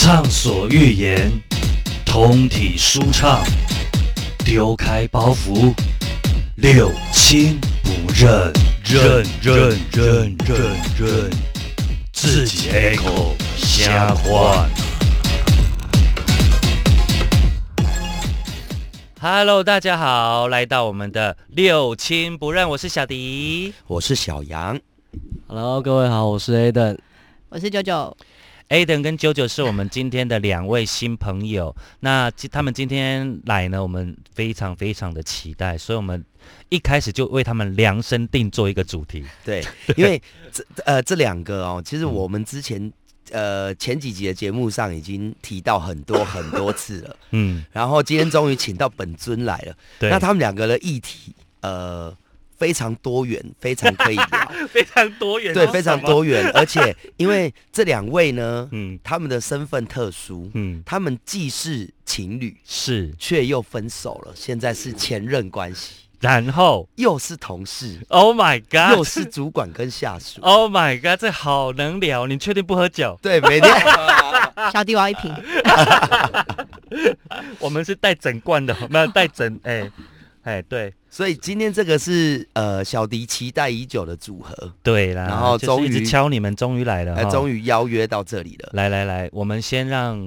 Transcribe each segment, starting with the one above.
畅所欲言，通体舒畅，丢开包袱，六亲不认，认，自己开口瞎话。Hello， 大家好，来到我们的六亲不认，我是小迪， 我是小杨。 Hello， 各位好，我是 Aden， 我是 9Aden 跟99是我们今天的两位新朋友。那他们今天来呢，我们非常的期待，所以我们一开始就为他们量身定做一个主题。 对，因为这两个哦，其实我们之前前几集的节目上已经提到很多次了。然后今天终于请到本尊来了。对，那他们两个的议题非常多元，非常可以聊， 非常多元， 对，非常多元。而且因为这两位呢，他们的身份特殊，他们既是情侣， 是，却又分手了，现在是前任关系， 然后又是同事 ，Oh my God， 又是主管跟下属 ，Oh my God， 这好能聊。你确定不喝酒？ 对，每天小弟我要一瓶。 我们是带整罐的，没有带整对， 所以今天这个是小迪期待已久的组合， 对啦， 然后终于一直敲你们，终于来了， 终于邀约到这里了。 来，我们先让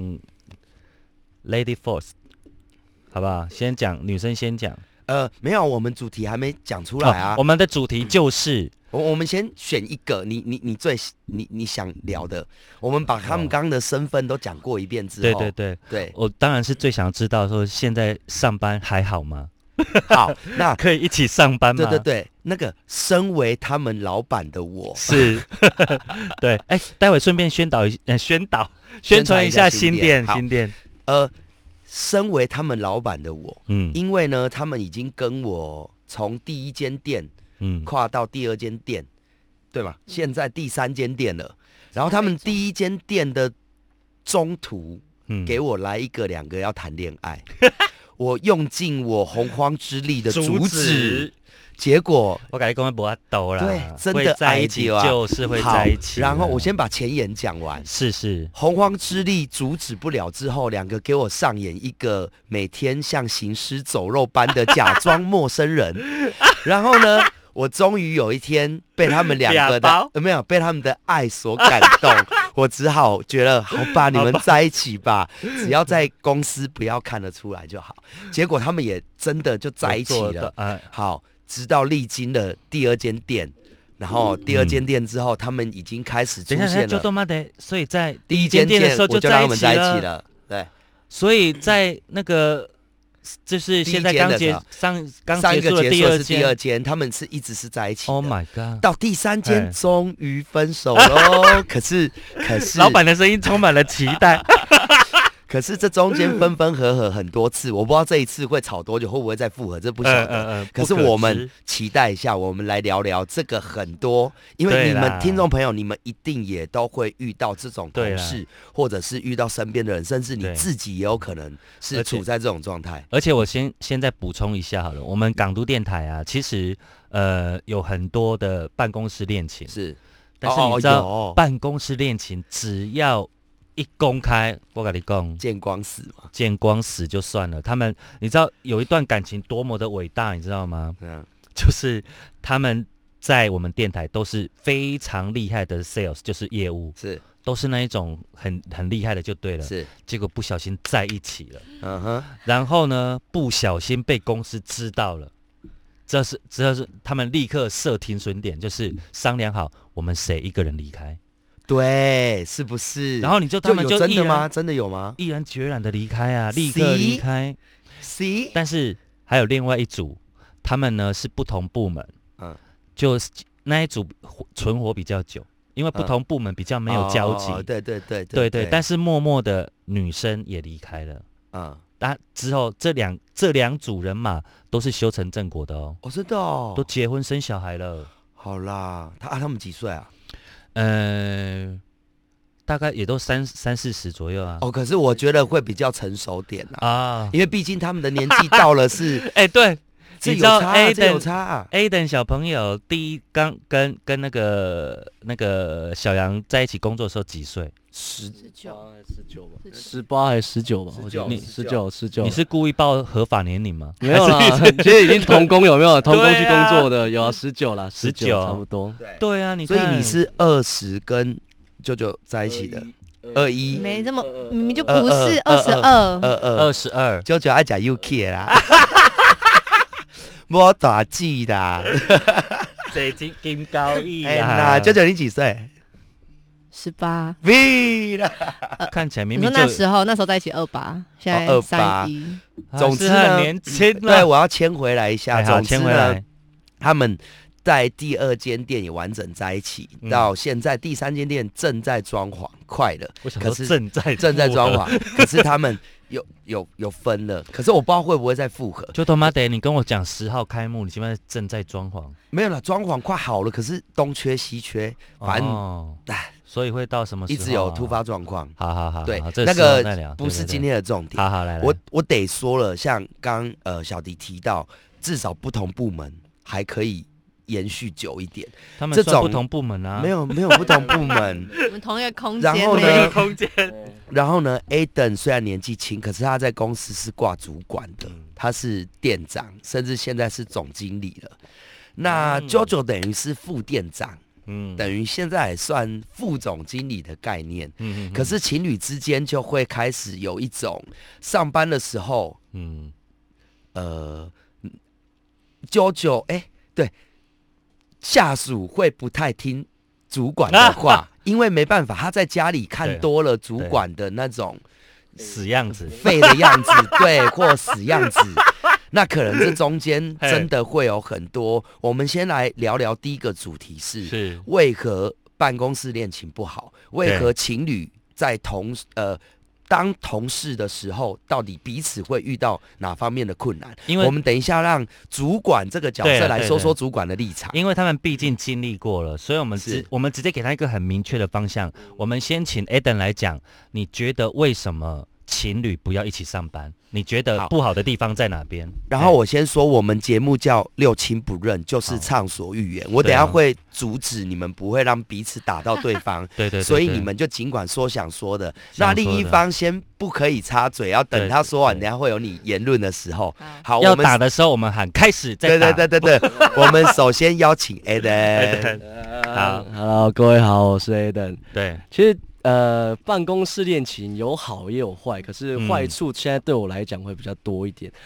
Lady First， 好不好？先讲，女生先讲。 没有，我们主题还没讲出来啊。 我们的主题就是我们先选一个你想聊的，我们把他们刚刚的身份都讲过一遍之后，对， 我当然是最想知道说现在上班还好吗？ 好，那可以一起上班吗？ 对，那个身为他们老板的我是，对，待会顺便宣传一下新店， 身为他们老板的我，因为呢，他们已经跟我从第一间店，跨到第二间店，对吧？现在第三间店了，然后他们第一间店的中途，给我来一个两个要谈恋爱。我用尽我洪荒之力的阻止，结果我感觉根本不要抖啦。 对，真的在一起就是会在一起。 然后我先把前言讲完。 是， 洪荒之力阻止不了之后，两个给我上演一个每天像行尸走肉般的假装陌生人。然后呢，我终于有一天被他们两个的被他们的爱所感动。我只好觉得好吧，你们在一起吧，只要在公司不要看得出来就好。结果他们也真的就在一起了。好，直到历经了第二间店，然后第二间店之后，他们已经开始出现了。 所以在第一间店的时候就让他们在一起了。对， 所以在那个就是现在刚结束了第二间， 他们是一直是在一起的。 Oh my god！ 到第三间终于分手喽。可是， 老板的声音充满了期待。 可是这中间分分合合很多次，我不知道这一次会吵多久，会不会再复合，这不晓得。可是我们期待一下，我们来聊聊这个很多，因为你们听众朋友，你们一定也都会遇到这种同事，或者是遇到身边的人，甚至你自己也有可能是处在这种状态。 而且我现在补充一下好了，我们港都电台啊，其实有很多的办公室恋情， 是， 但是你知道，办公室恋情只要一公开，我跟你讲， 见光死嘛， 见光死就算了。他们，你知道有一段感情多么的伟大，你知道吗？就是他们在我们电台都是非常厉害的 sales， 就是业务，都是那一种很厉害的就对了。结果不小心在一起了，然后呢，不小心被公司知道了，这是他们立刻设停损点，就是商量好我们谁一个人离开。 对，是不是？ 然后他们就真的吗？真的有吗？ 毅然决然的离开啊，立刻离开。但是还有另外一组，他们呢是不同部门，就那一组存活比较久，因为不同部门比较没有交集。对，但是默默的女生也离开了。之后这两组人马都是修成正果的哦。 我知道， 都结婚生小孩了。 好啦，他们几岁啊？ 大概也都30-40左右啊。 可是我觉得会比较成熟点啦，因为毕竟他们的年纪到了是， 对， 这有差，这有差。 Aden 小朋友刚跟那个小杨在一起工作的时候几岁？ 18还是19吧，18还是19吧，我觉得19。 你是故意报合法年龄吗？ 没有啦，其实已经同工有没有？同工去工作的有啊，19啦，19差不多。 对啊， 所以你是20跟舅舅在一起的，21 没这么，明明就不是22， 舅舅爱讲 UK 啦，我大记啦， 这金高义那舅舅你几岁 18， 喂啦， 看起来明明就那时候在一起28，现在31， 总之呢， 很年轻了。 对，我要牵回来一下。 好，牵回来。 他们在第2间店也完整在一起，到现在第3间店正在装潢，快了。 可是正在装潢，可是他们有分了，可是我不知道会不会再复合。 就他妈的，你跟我讲10号开幕，你现在正在装潢？ 没有了，装潢快好了，可是东缺西缺，反正所以会到什么时候？ 一直有突发状况。 好， 对，那个不是今天的重点。 好，来， 我得说了，像刚小迪提到，至少不同部门还可以延续久一点。 他们算不同部门啊？ 没有不同部门， 我们同一个空间。 然后呢，Aden 虽然年纪轻，可是他在公司是挂主管的，他是店长，甚至现在是总经理了。那 JoJo 等于是副店长。等于现在也算副总经理的概念，可是情侣之间就会开始有一种上班的时候，JoJo 对，下属会不太听主管的话，因为没办法，他在家里看多了主管的那种死样子、 废的样子，对，或死样子。那可能这中间真的会有很多。我们先来聊聊第一个主题是为何办公室恋情不好？为何情侣在当同事的时候，到底彼此会遇到哪方面的困难？因为我们等一下让主管这个角色来说说主管的立场， 因为他们毕竟经历过了，所以我们直接给他一个很明确的方向。我们先请 Aden 来讲，你觉得为什么情侣不要一起上班？你觉得不好的地方在哪边？ 然后我先说，我们节目叫六亲不认，就是畅所欲言。我等一下会阻止你们，不会让彼此打到对方。 对， 所以你们就尽管说想说的。那另一方先不可以插嘴，要等他说完，等一下会有你言论的时候。好， 要打的时候我们喊开始再打。 对，我们首先邀请 Aden。 好 ，Hello， 各位好，我是 Aden。 对， 其实。办公室恋情有好也有坏，可是坏处现在对我来讲会比较多一点。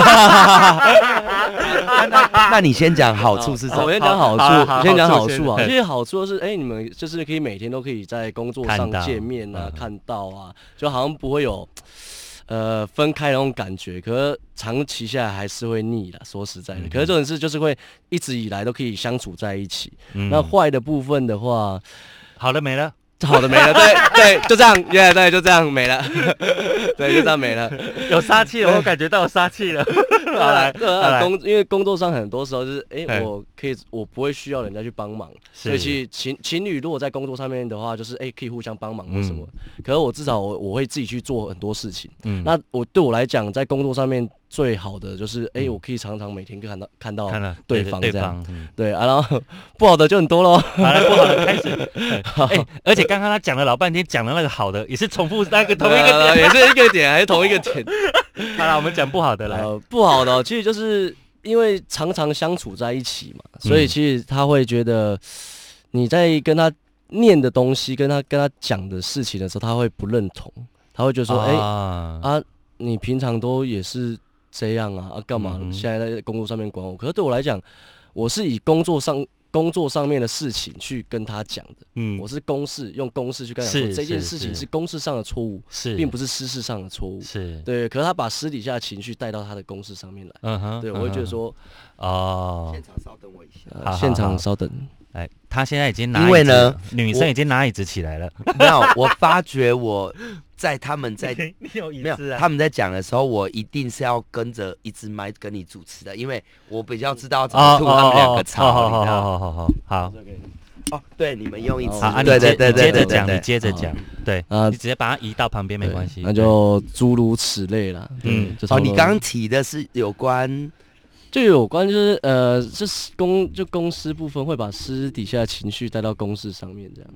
那你先讲好处是什么？ 我先讲好处，先讲好处啊。这些好处是，你们就是可以每天都可以在工作上见面啊，看到啊，就好像不会有分开那种感觉。可是长期下来还是会腻啦，说实在的。可是这种事就是会一直以来都可以相处在一起。那坏的部分的话， 好了没了。 好的没了，对，就这样，对，就这样没了，对，就这样没了。 有杀气了，我感觉到有杀气了。好来， 因为工作上很多时候就是，我不会需要人家去帮忙，所以其实情侣如果在工作上面的话，就是可以互相帮忙或什么。可是我至少我会自己去做很多事情。那对我来讲，在工作上面最好的就是，我可以常常每天看到对方这样，对啊，然后不好的就很多咯。 好了，不好的开始。而且刚刚他讲了老半天，讲的那个好的也是重复那个同一个点， 也是一个点，还是同一个点。 好了，我们讲不好的来。 不好的其实就是因为常常相处在一起嘛，所以其实他会觉得你在跟他念的东西，跟他讲的事情的时候，他会不认同，他会觉得说，你平常都也是这样啊，干嘛现在在工作上面管我？可是对我来讲，我是以工作上面的事情去跟他讲的，我是用公事去跟他讲说这件事情是公事上的错误，并不是私事上的错误，对。可是他把私底下的情绪带到他的公事上面来，对，我会觉得说， 现场稍等我一下， 现场稍等。 哎，他现在已经拿椅子，因为呢，女生已经拿椅子起来了。 没有，我发觉我在他们在没有他们在讲的时候，我一定是要跟着一支麦跟你主持的，因为我比较知道怎么吐他们两个槽。 好。 哦，对，你们用一次， 对，你接着讲，对，你直接把它移到旁边没关系， 那就诸如此类啦。 你刚刚提的是有关。 就是这公司部分会把私底下情绪带到公事上面，这样。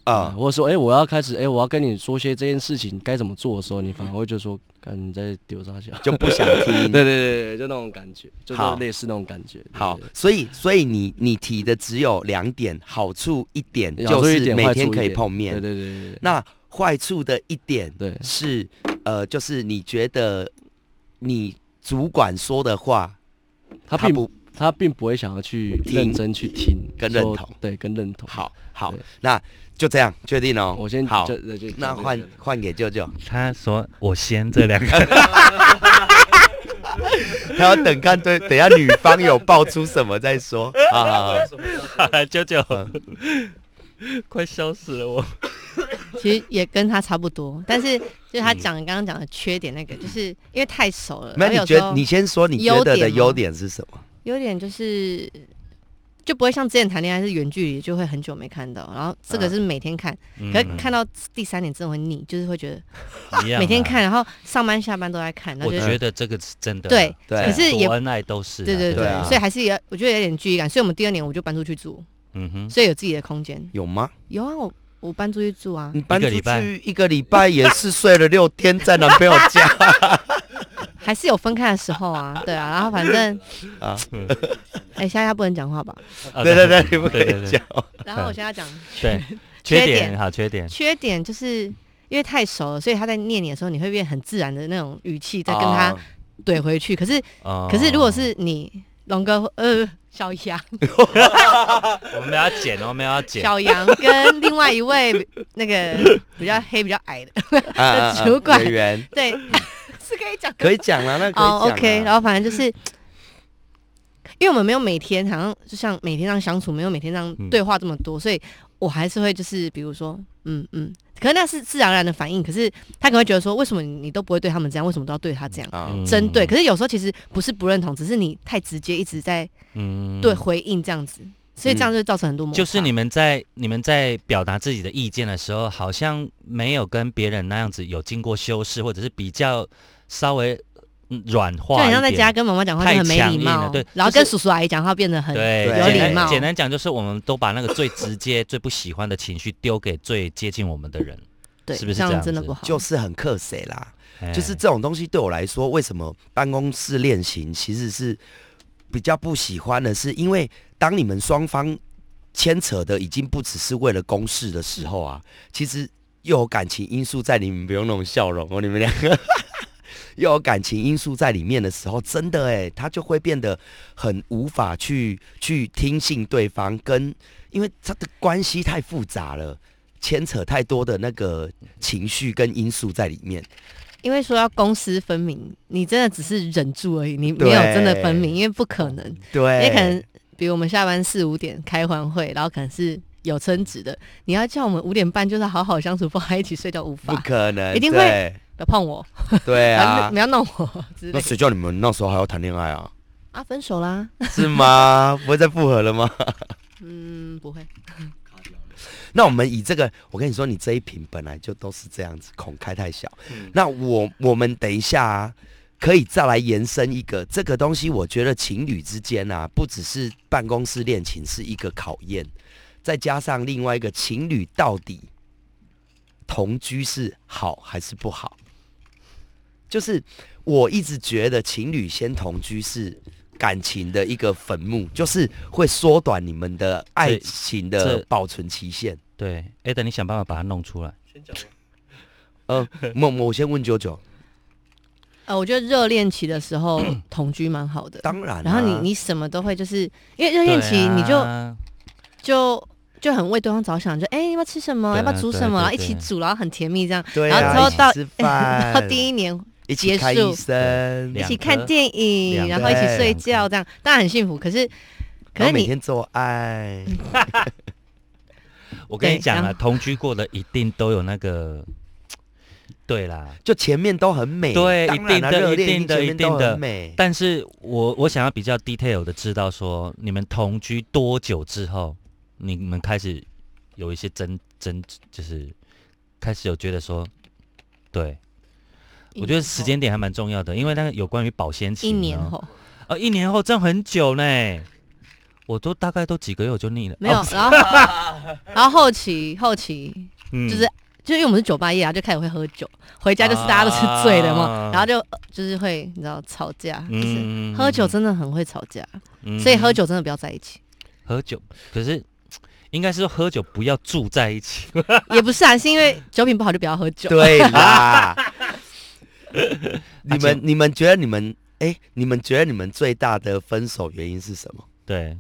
或者说我要开始我要跟你说些这件事情该怎么做的时候，你反而会就说你在丢啥小， 就不想听。 对，就那种感觉，就是类似那种感觉。 好，所以你提的只有2点，好处1点就是每天可以碰面。 对。 那坏处的1点是就是你觉得你主管说的话， 他并不会想要去认真去听跟认同， 对，跟认同。 好，那就这样确定哦。 我先好，那换给舅舅。 他说我先这2个， 他要等看等一下女方有爆出什么再说。好， 舅舅，快笑死了我。 其实也跟他差不多，但是就是他刚刚讲的缺点，那个就是因为太熟了。 那你先说你觉得的优点是什么？ 优点就是就不会像之前谈恋爱是远距离，就会很久没看到，然后这个是每天看，可是看到第3点真的会腻，就是会觉得每天看，然后上班下班都在看。 我觉得这个是真的， 对，可是也恩爱都是， 对，所以还是我觉得有点距离感，所以我们第2年我就搬出去住，所以有自己的空间。 有吗？ 有啊，我搬出去住啊。 你搬出去1个礼拜也是睡了6天在男朋友家。 还是有分开的时候啊，对啊，然后反正现在不能讲话吧？ 对，你不可以讲。 然后我现在讲缺点，好，缺点就是因为太熟了，所以他在念你的时候，你会变很自然的那种语气，再跟他怼回去。可是如果是你龙哥小杨， 我们要剪小杨跟另外一位那个比较黑比较矮的主管，对。是可以讲， 可以讲啦，那可以讲。 OK， 然后反正就是，因为我们没有每天好像就像每天这样相处，没有每天这样对话这么多，所以我还是会就是比如说，可是那是自然而然的反应。可是他可能会觉得说，为什么你都不会对他们这样，为什么都要对他这样针对？可是有时候其实不是不认同，只是你太直接，一直在对回应这样子。所以这样就造成很多摩擦。 就是你们在表达自己的意见的时候，好像没有跟别人那样子有经过修饰，或者是比较稍微软化一点，就很像在家跟妈妈讲话就很没礼貌，对，然后跟叔叔阿姨讲话变得很有礼貌。 简单讲就是，我们都把那个最直接、最不喜欢的情绪丢给最接近我们的人， 对， 是不是这样子？ 真的不好， 就是很克谁啦。就是这种东西对我来说，为什么办公室恋情其实是比较不喜欢的，是因为当你们双方牵扯的已经不只是为了公事的时候啊，其实又有感情因素在里面，不用那种笑容哦，你们2个又有感情因素在里面的时候，真的他就会变得很无法去听信对方，因为他的关系太复杂了，牵扯太多的那个情绪跟因素在里面。 因为说要公私分明，你真的只是忍住而已，你没有真的分明，因为不可能。 对， 因为可能比如我们下班4、5点开完会，然后可能是有争执的，你要叫我们5点半就是好好相处，放在一起睡觉，无法， 不可能， 一定会不要碰我， 对啊， 不要弄我之类的。 那谁叫你们那时候还要谈恋爱啊？ 分手啦？ 是吗？不会再复合了吗？ 不会。 那我们以这个，我跟你说，你这一瓶本来就都是这样子，孔开太小。那我们等一下可以再来延伸一个这个东西。我觉得情侣之间啊，不只是办公室恋情是一个考验，再加上另外一个情侣到底同居是好还是不好？就是我一直觉得情侣先同居是感情的一个坟墓，就是会缩短你们的爱情的保存期限。 对，等你想办法把它弄出来。先讲我先问啾啾。 我觉得热恋期的时候同居蛮好的， 当然。 然后你什么都会，就是因为热恋期你就很为对方着想，就你要不要吃什么，要不要煮什么，然后一起煮，然后很甜蜜这样。 对， 然后之后到第1年结束， 一起看医生， 一起看电影，然后一起睡觉，这样当然很幸福。可是你每天做爱。 我跟你讲啊，同居过的一定都有那个，对啦， 就前面都很美， 对，一定的， 美。 但是我想要比较 detail 的知道说，你们同居多久之后，你们开始有一些就是开始有觉得说，对，我觉得时间点还蛮重要的，因为那个有关于保鲜期。 1年后 ，1年后这样很久呢。 我都大概都几个月我就腻了。 没有，然后后期就因为我们是酒吧业啊，就开始会喝酒，回家就是大家都是醉的嘛，然后就是会你知道吵架，就是喝酒真的很会吵架，所以喝酒真的不要在一起。 喝酒，可是应该是说喝酒不要住在一起， 也不是啊，是因为酒品不好就不要喝酒。 对啦，你们觉得你们觉得你们最大的分手原因是什么？ 对。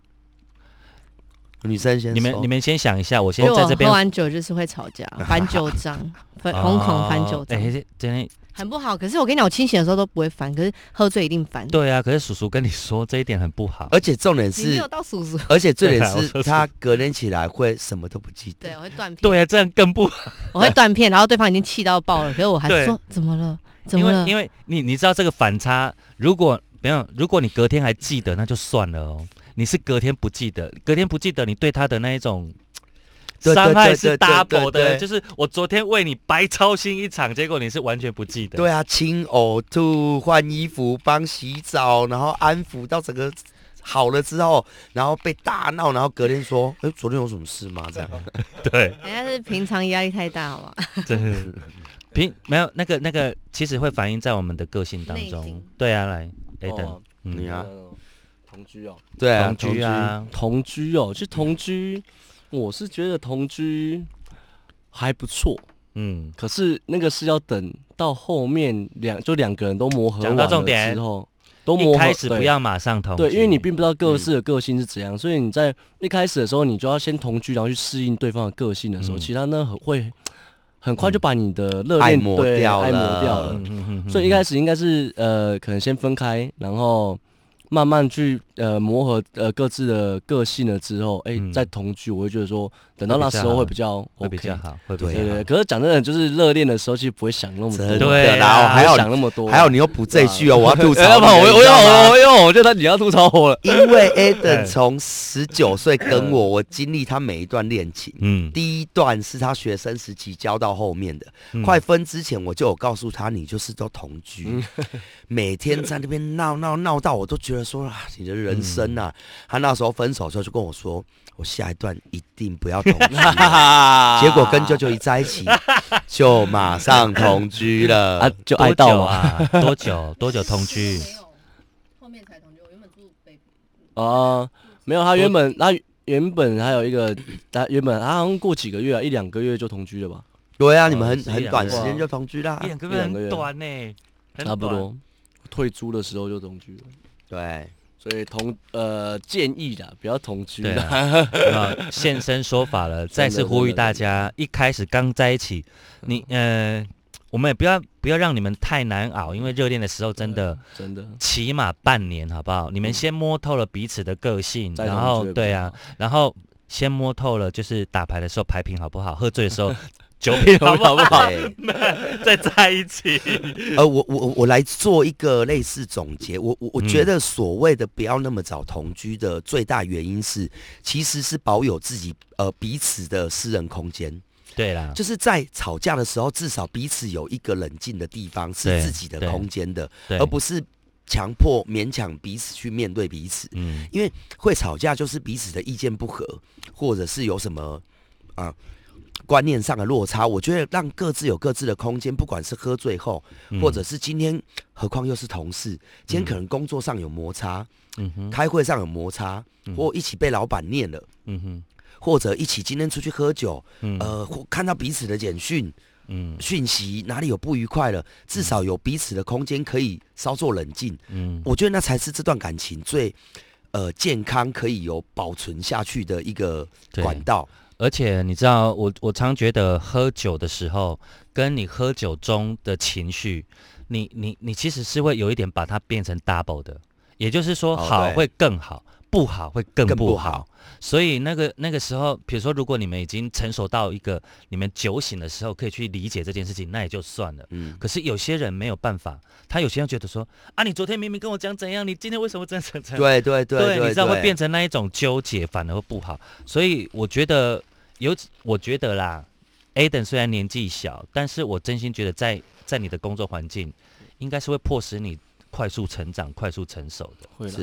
女生先说， 你们先想一下，我先在这边。 喝完酒就是会吵架，翻酒账，疯狂翻酒账， 真的很不好。可是我跟你讲，我清醒的时候都不会翻，可是喝醉一定翻。 对啊，可是叔叔跟你说这一点很不好， 而且重点是， 你没有到叔叔， 而且重点是他隔天起来会什么都不记得， 对，我会断片。 对啊，这样更不好， 我会断片，然后对方已经气到爆了，可是我还说怎么了？怎么了？ 因为你知道这个反差，如果你隔天还记得，那就算了哦。你是隔天不记得，你对他的那一种伤害是 double 的，就是我昨天为你白操心一场，结果你是完全不记得。 对啊，清呕吐、换衣服、帮洗澡，然后安抚到整个好了之后，然后被大闹，然后隔天说：“昨天有什么事吗？”这样。 对， 人家是平常压力太大，好吧？ 真的没有那个，其实会反映在我们的个性当中。对啊，来 Aiden， 你啊。 同居哦， 对啊， 同居哦，其实同居，我是觉得同居还不错，可是那个是要等到后面两个人都磨合完了之后，都磨合， 一开始不要马上同居， 对，因为你并不知道各自的个性是怎样，所以你在一开始的时候，你就要先同居，然后去适应对方的个性的时候，其他呢会很快就把你的热恋磨掉了， 所以一开始应该是可能先分开，然后慢慢去磨合各自的个性了之后，再同居，我会觉得说，等到那时候会比较 OK， 会比较好，会比较好。 对。可是讲真的，就是热恋的时候，其实不会想那么多， 对，然后还要想那么多， 还有你又补这句哦，我要吐槽， 我觉得你要吐槽我了， 因为 Aiden 从19岁跟我经历他每一段恋情，第一段是他学生时期教到后面的，快分之前我就有告诉他，你就是都同居，每天在那边闹到我都觉得说你的人生啊，他那时候分手的时候就跟我说，我下一段一定不要同居，结果跟舅舅一在一起就马上同居了， 啊，就爱到啊， 多久同居？ 后面才同居，我原本住北没有，他原本还有一个，他好像过几个月啊，1-2个月就同居了吧？ 对啊，你们很短时间就同居啦 ，1-2个月很短呢， 差不多。退租的时候就同居了， 对， 所以建议啦，不要同居啦。 现身说法了，再次呼吁大家，一开始刚在一起，我们也不要让你们太难熬，因为热恋的时候真的起码半年，好不好？你们先摸透了彼此的个性，然后对啊，然后先摸透了，就是打牌的时候牌品好不好，喝醉的时候。酒品好不好？再在一起。 我来做一个类似总结。我觉得所谓的不要那么早同居的最大原因是，其实是保有自己彼此的私人空间。 对啦， 就是在吵架的时候，至少彼此有一个冷静的地方是自己的空间的，而不是勉强彼此去面对彼此。因为会吵架就是彼此的意见不合，或者是有什么观念上的落差，我觉得让各自有各自的空间，不管是喝醉后，或者是今天，何况又是同事，今天可能工作上有摩擦，开会上有摩擦，或一起被老板念了，或者一起今天出去喝酒，或看到彼此的简讯，讯息哪里有不愉快了，至少有彼此的空间可以稍作冷静，我觉得那才是这段感情最健康可以有保存下去的一个管道。 而且你知道，我常觉得喝酒的时候，跟你喝酒中的情绪，你其实是会有一点把它变成 double 的，也就是说，好会更好，不好会更不好。所以那个时候，比如说，如果你们已经成熟到一个你们酒醒的时候可以去理解这件事情，那也就算了。可是有些人没有办法，他有些人觉得说啊，你昨天明明跟我讲怎样，你今天为什么这样？对，你知道会变成那一种纠结，反而会不好。所以我觉得啦 ，Aiden 虽然年纪小，但是我真心觉得在你的工作环境，应该是会迫使你快速成长、快速成熟的。 会是。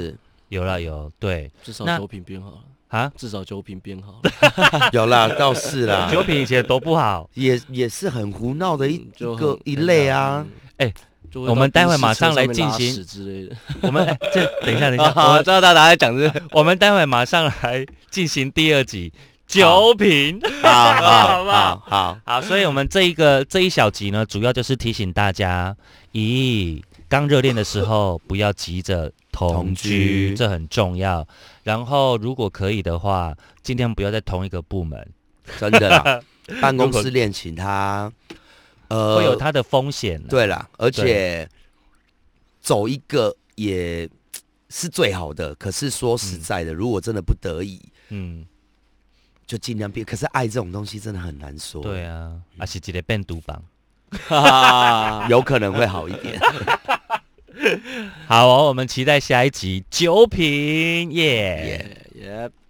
有啦有，对， 至少酒品变好了啊， 至少酒品变好了。 有啦，倒是啦， 酒品以前多不好， 也是很胡闹的一类啊。 我们待会马上来进行之类的。 我们等一下， 我知道大家在讲这个。 我们待会马上来进行第2集酒品， 好不好？好，所以我们这一小集呢，主要就是提醒大家，刚热恋的时候不要急着同居，这很重要。然后如果可以的话，尽量不要在同一个部门， 真的啦。办公室恋情它会有它的风险。 对啦，而且走一个也是最好的。可是说实在的，如果真的不得已，就尽量变。可是爱这种东西真的很难说。 对啊，是一个变毒榜， 有可能会好一点。 好哦，我们期待下一集酒品耶。